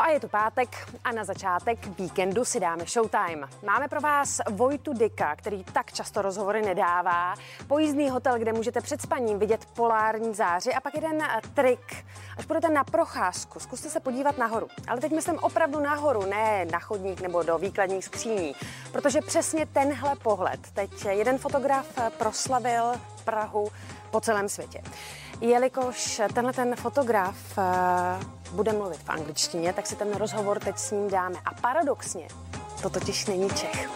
a je tu pátek a na začátek víkendu si dáme Showtime. Máme pro vás Vojtu Dyka, který tak často rozhovory nedává, pojízdný hotel, kde můžete před spaním vidět polární záři a pak jeden trik. Až půjdete na procházku, zkuste se podívat nahoru. Ale teď myslím opravdu nahoru, ne na chodník nebo do výkladních skříní, protože přesně tenhle pohled teď jeden fotograf proslavil Prahu po celém světě. Jelikož ten fotograf bude mluvit v angličtině, tak si ten rozhovor teď s ním dáme. A paradoxně, to totiž není Čech.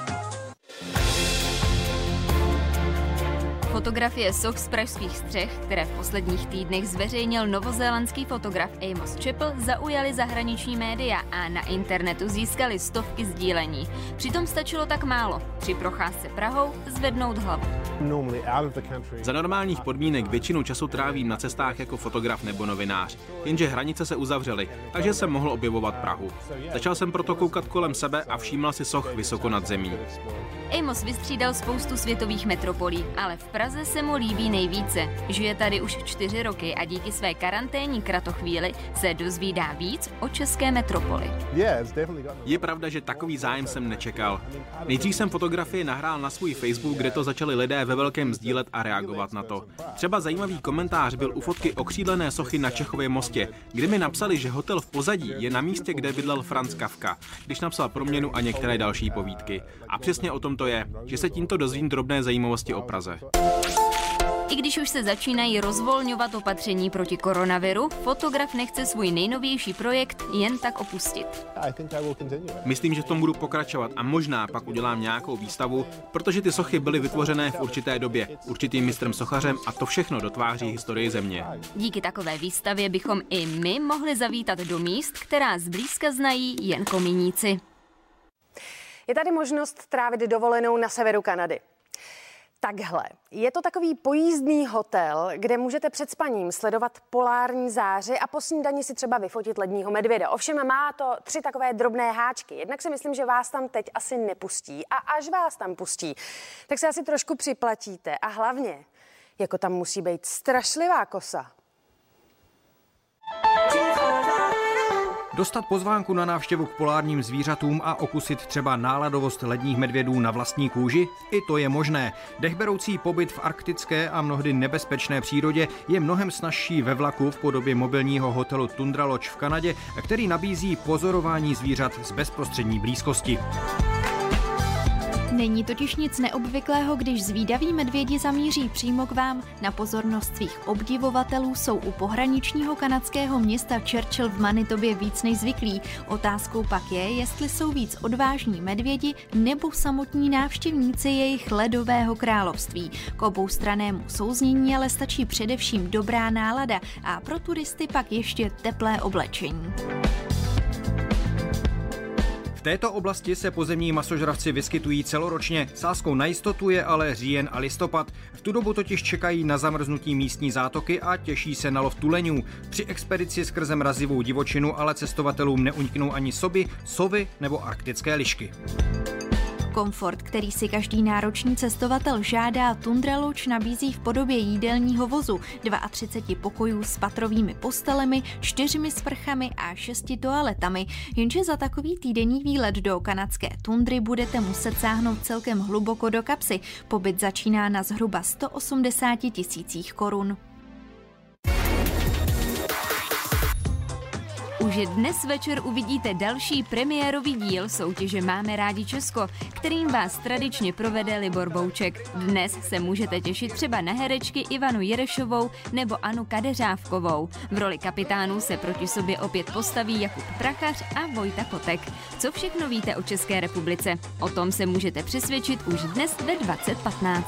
Fotografie soch z pražských střech, které v posledních týdnech zveřejnil novozélandský fotograf Amos Chappell, zaujaly zahraniční média a na internetu získali stovky sdílení. Přitom stačilo tak málo. Při procházce Prahou zvednout hlavu. Za normálních podmínek většinu času trávím na cestách jako fotograf nebo novinář, jenže hranice se uzavřely, takže jsem mohl objevovat Prahu. Začal jsem proto koukat kolem sebe a všímal si soch vysoko nad zemí. Amos vystřídal spoustu světových metropolí, ale v Praze se mu líbí nejvíce. Žije tady už 4 roky a díky své karanténní kratochvíli se dozvídá víc o české metropoli. Je pravda, že takový zájem jsem nečekal. Nejdřív jsem fotografii nahrál na svůj Facebook, kde to začali lidé ve velkém sdílet a reagovat na to. Třeba zajímavý komentář byl u fotky okřídlené sochy na Čechově mostě, kdy mi napsali, že hotel v pozadí je na místě, kde bydlel Franz Kafka, když napsal Proměnu a některé další povídky. A přesně o tom to je, že se tímto dozvím drobné zajímavosti o Praze. I když už se začínají rozvolňovat opatření proti koronaviru, fotograf nechce svůj nejnovější projekt jen tak opustit. Myslím, že v tom budu pokračovat a možná pak udělám nějakou výstavu, protože ty sochy byly vytvořené v určité době, určitým mistrem sochařem a to všechno dotváří historii země. Díky takové výstavě bychom i my mohli zavítat do míst, která zblízka znají jen kominíci. Je tady možnost trávit dovolenou na severu Kanady. Takhle. Je to takový pojízdný hotel, kde můžete před spaním sledovat polární záři a po snídani si třeba vyfotit ledního medvěda. Ovšem má to 3 takové drobné háčky. Jednak si myslím, že vás tam teď asi nepustí a až vás tam pustí, tak se asi trošku připlatíte a hlavně, jako tam musí být strašlivá kosa. Dostat pozvánku na návštěvu k polárním zvířatům a okusit třeba náladovost ledních medvědů na vlastní kůži? I to je možné. Dechberoucí pobyt v arktické a mnohdy nebezpečné přírodě je mnohem snazší ve vlaku v podobě mobilního hotelu Tundra Lodge v Kanadě, který nabízí pozorování zvířat z bezprostřední blízkosti. Není totiž nic neobvyklého, když zvídaví medvědi zamíří přímo k vám. Na pozornost svých obdivovatelů jsou u pohraničního kanadského města Churchill v Manitobě víc než zvyklí. Otázkou pak je, jestli jsou víc odvážní medvědi nebo samotní návštěvníci jejich ledového království. K oboustrannému souznění ale stačí především dobrá nálada a pro turisty pak ještě teplé oblečení. V této oblasti se pozemní masožravci vyskytují celoročně, sázkou na jistotu je ale říjen a listopad. V tu dobu totiž čekají na zamrznutí místní zátoky a těší se na lov tuleňů. Při expedici skrze mrazivou divočinu ale cestovatelům neuniknou ani soby, sovy nebo arktické lišky. Komfort, který si každý náročný cestovatel žádá, Tundra Lodge nabízí v podobě jídelního vozu, 32 pokojů s patrovými postelemi, 4 sprchami a 6 toaletami. Jenže za takový týdenní výlet do kanadské tundry budete muset sáhnout celkem hluboko do kapsy. Pobyt začíná na zhruba 180 000 korun. Už dnes večer uvidíte další premiérový díl soutěže Máme rádi Česko, kterým vás tradičně provede Libor Bouček. Dnes se můžete těšit třeba na herečky Ivanu Jerešovou nebo Anu Kadeřávkovou. V roli kapitánů se proti sobě opět postaví Jakub Prachař a Vojta Kotek. Co všechno víte o České republice? O tom se můžete přesvědčit už dnes ve 20:15.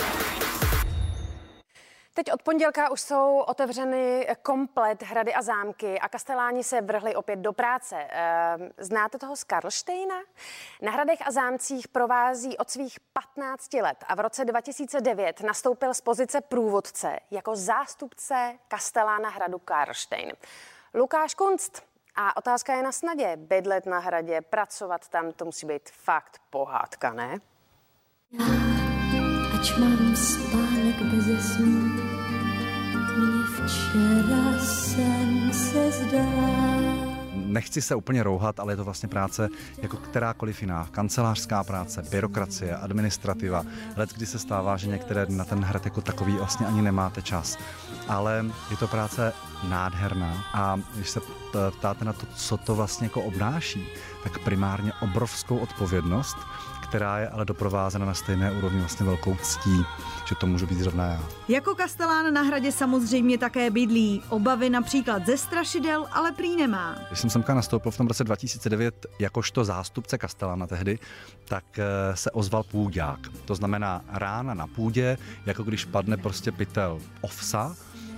Teď od pondělka už jsou otevřeny komplet hrady a zámky a kasteláni se vrhli opět do práce. Znáte toho z Karlštejna? Na hradech a zámcích provází od svých 15 let a v roce 2009 nastoupil z pozice průvodce jako zástupce kastelána hradu Karlštejn. Lukáš Kunst. A otázka je na snadě. Bydlet na hradě, pracovat tam, to musí být fakt pohádka, ne? Ač mám spánek beze snů, mně včera sen se zdá. nechci se úplně rouhat, ale je to vlastně práce jako kterákoliv jiná. Kancelářská práce, byrokracie, administrativa. Leckdy se stává, že některé dny na ten hrad jako takový vlastně ani nemáte čas. Ale je to práce nádherná a když se ptáte na to, co to vlastně jako obnáší, tak primárně obrovskou odpovědnost, která je ale doprovázena na stejné úrovni vlastně velkou ctí, že to můžu být zrovna já. Jako kastelán na hradě samozřejmě také bydlí. Obavy například ze strašidel, ale prý nemá. Když jsem semka nastoupil v tom roce 2009 jakožto zástupce kastelána tehdy, tak se ozval půďák. To znamená rána na půdě, jako když padne prostě pytel ovsa.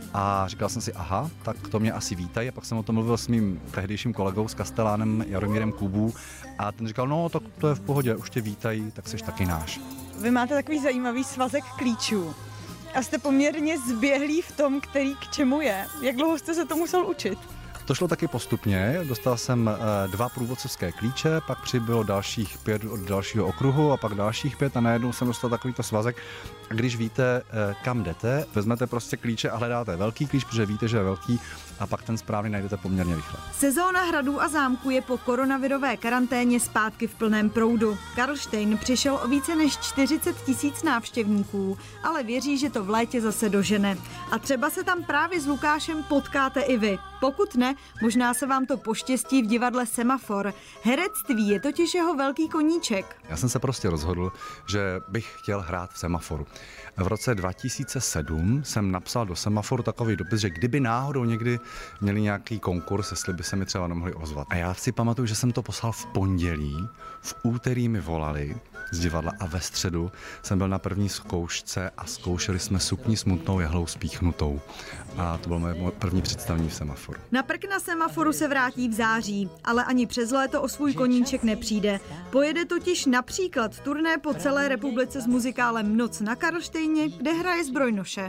A říkal jsem si, aha, tak to mě asi vítají. A pak jsem o tom mluvil s mým tehdejším kolegou, s kastelánem Jaromírem Kubů. A ten říkal, no, to je v pohodě, už tě vítají, tak jsi taky náš. Vy máte takový zajímavý svazek klíčů. A jste poměrně zběhlí v tom, který k čemu je. Jak dlouho jste se to musel učit? To šlo taky postupně. Dostal jsem 2 průvodcovské klíče, pak přibylo dalších 5 od dalšího okruhu a pak dalších 5 a najednou jsem dostal takovýto svazek. A když víte, kam jdete, vezmete prostě klíče a hledáte velký klíč, protože víte, že je velký, a pak ten správný najdete poměrně rychle. Sezóna hradů a zámků je po koronavirové karanténě zpátky v plném proudu. Karlštejn přišel o více než 40 000 návštěvníků, ale věří, že to v létě zase dožene. A třeba se tam právě s Lukášem potkáte i vy. Pokud ne, možná se vám to poštěstí v divadle Semafor. Herectví je totiž jeho velký koníček. Já jsem se prostě rozhodl, že bych chtěl hrát v Semaforu. V roce 2007 jsem napsal do Semaforu takový dopis, že kdyby náhodou někdy měli nějaký konkurs, jestli by se mi třeba nemohli ozvat. A já si pamatuju, že jsem to poslal v pondělí, v úterý mi volali z divadla a ve středu jsem byl na první zkoušce a zkoušeli jsme Sukni smutnou jehlou spíchnutou. A to bylo moje první představení v Semaforu. Na prk na Semaforu se vrátí v září, ale ani přes léto o svůj koníček nepřijde. Pojede totiž například turné po celé republice s muzikálem Noc na Karlštejně, kde hraje zbrojnoše.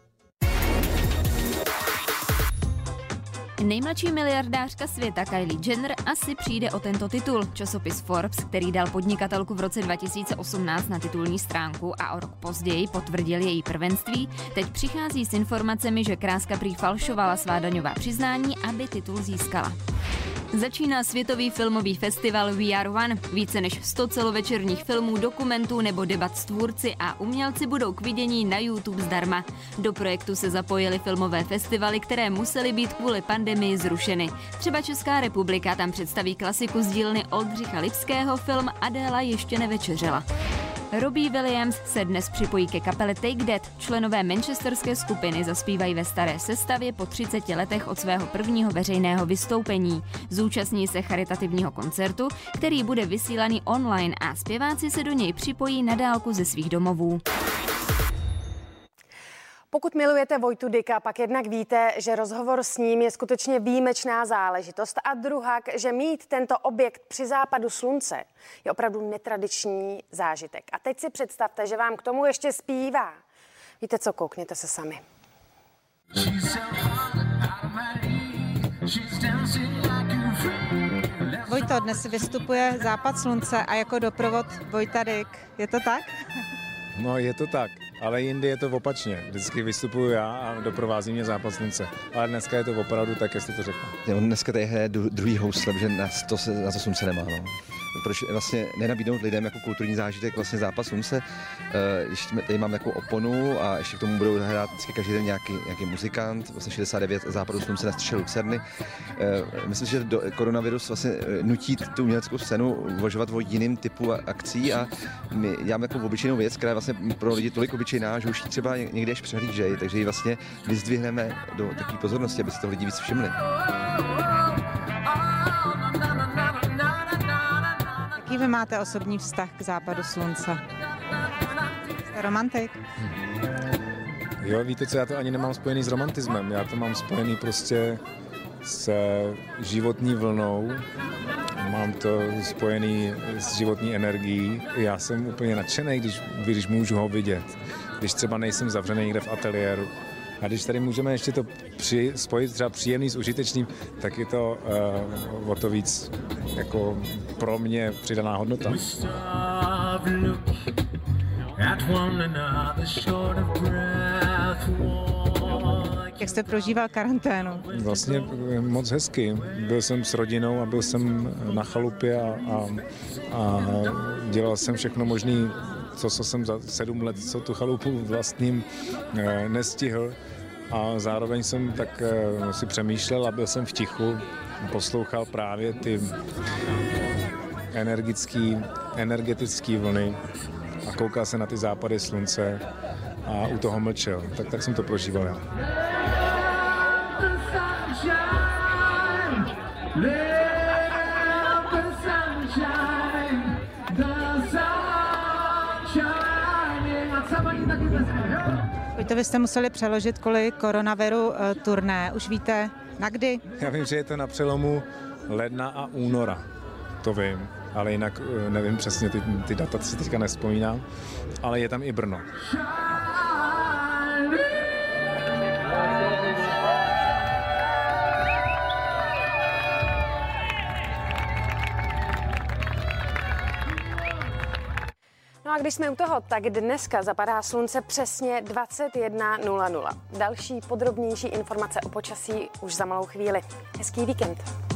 Nejmladší miliardářka světa Kylie Jenner asi přijde o tento titul. Časopis Forbes, který dal podnikatelku v roce 2018 na titulní stránku a o rok později potvrdil její prvenství, teď přichází s informacemi, že kráska prý falšovala svá daňová přiznání, aby titul získala. Začíná světový filmový festival We Are One. Více než 100 celovečerních filmů, dokumentů nebo debat s tvůrci a umělci budou k vidění na YouTube zdarma. Do projektu se zapojily filmové festivaly, které musely být kvůli pandemii zrušeny. Třeba Česká republika tam představí klasiku z dílny Oldřicha Lipského, film Adéla ještě nevečeřela. Robbie Williams se dnes připojí ke kapele Take That. Členové manchesterské skupiny zaspívají ve staré sestavě po 30 letech od svého prvního veřejného vystoupení. Zúčastní se charitativního koncertu, který bude vysílaný online a zpěváci se do něj připojí na dálku ze svých domovů. Pokud milujete Vojtu Dyka, pak jednak víte, že rozhovor s ním je skutečně výjimečná záležitost a druhak, že mít tento objekt při západu slunce je opravdu netradiční zážitek. A teď si představte, že vám k tomu ještě zpívá. Víte co, koukněte se sami. Vojto, dnes vystupuje Západ slunce a jako doprovod Vojta Dyk. Je to tak? No, je to tak, ale jindy je to opačně. Vždycky vystupuju já a doprovází mě Západ slunce. Ale dneska je to opravdu tak, jestli to řeknu. Dneska tady je druhý housle, že na to slunce nemá. No. Proč vlastně nenabídnout lidem jako kulturní zážitek vlastně Západ slunce, když tady mám jako oponu a ještě k tomu budou hrát každý den nějaký muzikant, vlastně 69 Západu slunce na střeše Lucerny. Myslím, že koronavirus vlastně nutí tu uměleckou scénu uvažovat o jiným typu akcí a my děláme jako obyčejnou věc, která je vlastně pro lidi tolik obyčejná, že už ji třeba někde až přehlížejí, takže ji vlastně vyzdvihneme do takové pozornosti, aby si toho lidi víc všimli. Jaký vy máte osobní vztah k Západu slunce? Jste romantik? Jo, víte co, já to ani nemám spojený s romantismem, já to mám spojený prostě s životní vlnou, mám to spojený s životní energií. Já jsem úplně nadšený, když můžu ho vidět, když třeba nejsem zavřený někde v ateliéru. A když tady můžeme ještě to spojit třeba příjemný s užitečným, tak je to o to víc jako pro mě přidaná hodnota. Jak jste prožíval karanténu? Vlastně moc hezky. Byl jsem s rodinou a byl jsem na chalupě a dělal jsem všechno možné, co jsem za 7 let, co tu chalupu vlastním, nestihl. A zároveň jsem tak si přemýšlel a byl jsem v tichu. Poslouchal právě ty energetické vlny a koukal se na ty západy slunce a u toho mlčel. Tak jsem to prožíval já. Vojto, vy jste museli přeložit kvůli koronaviru turné. Už víte, na kdy? Já vím, že je to na přelomu ledna a února. To vím, ale jinak nevím přesně, ty data si teďka nevzpomínám, ale je tam i Brno. No a když jsme u toho, tak dneska zapadá slunce přesně 21:00. Další podrobnější informace o počasí už za malou chvíli. Hezký víkend.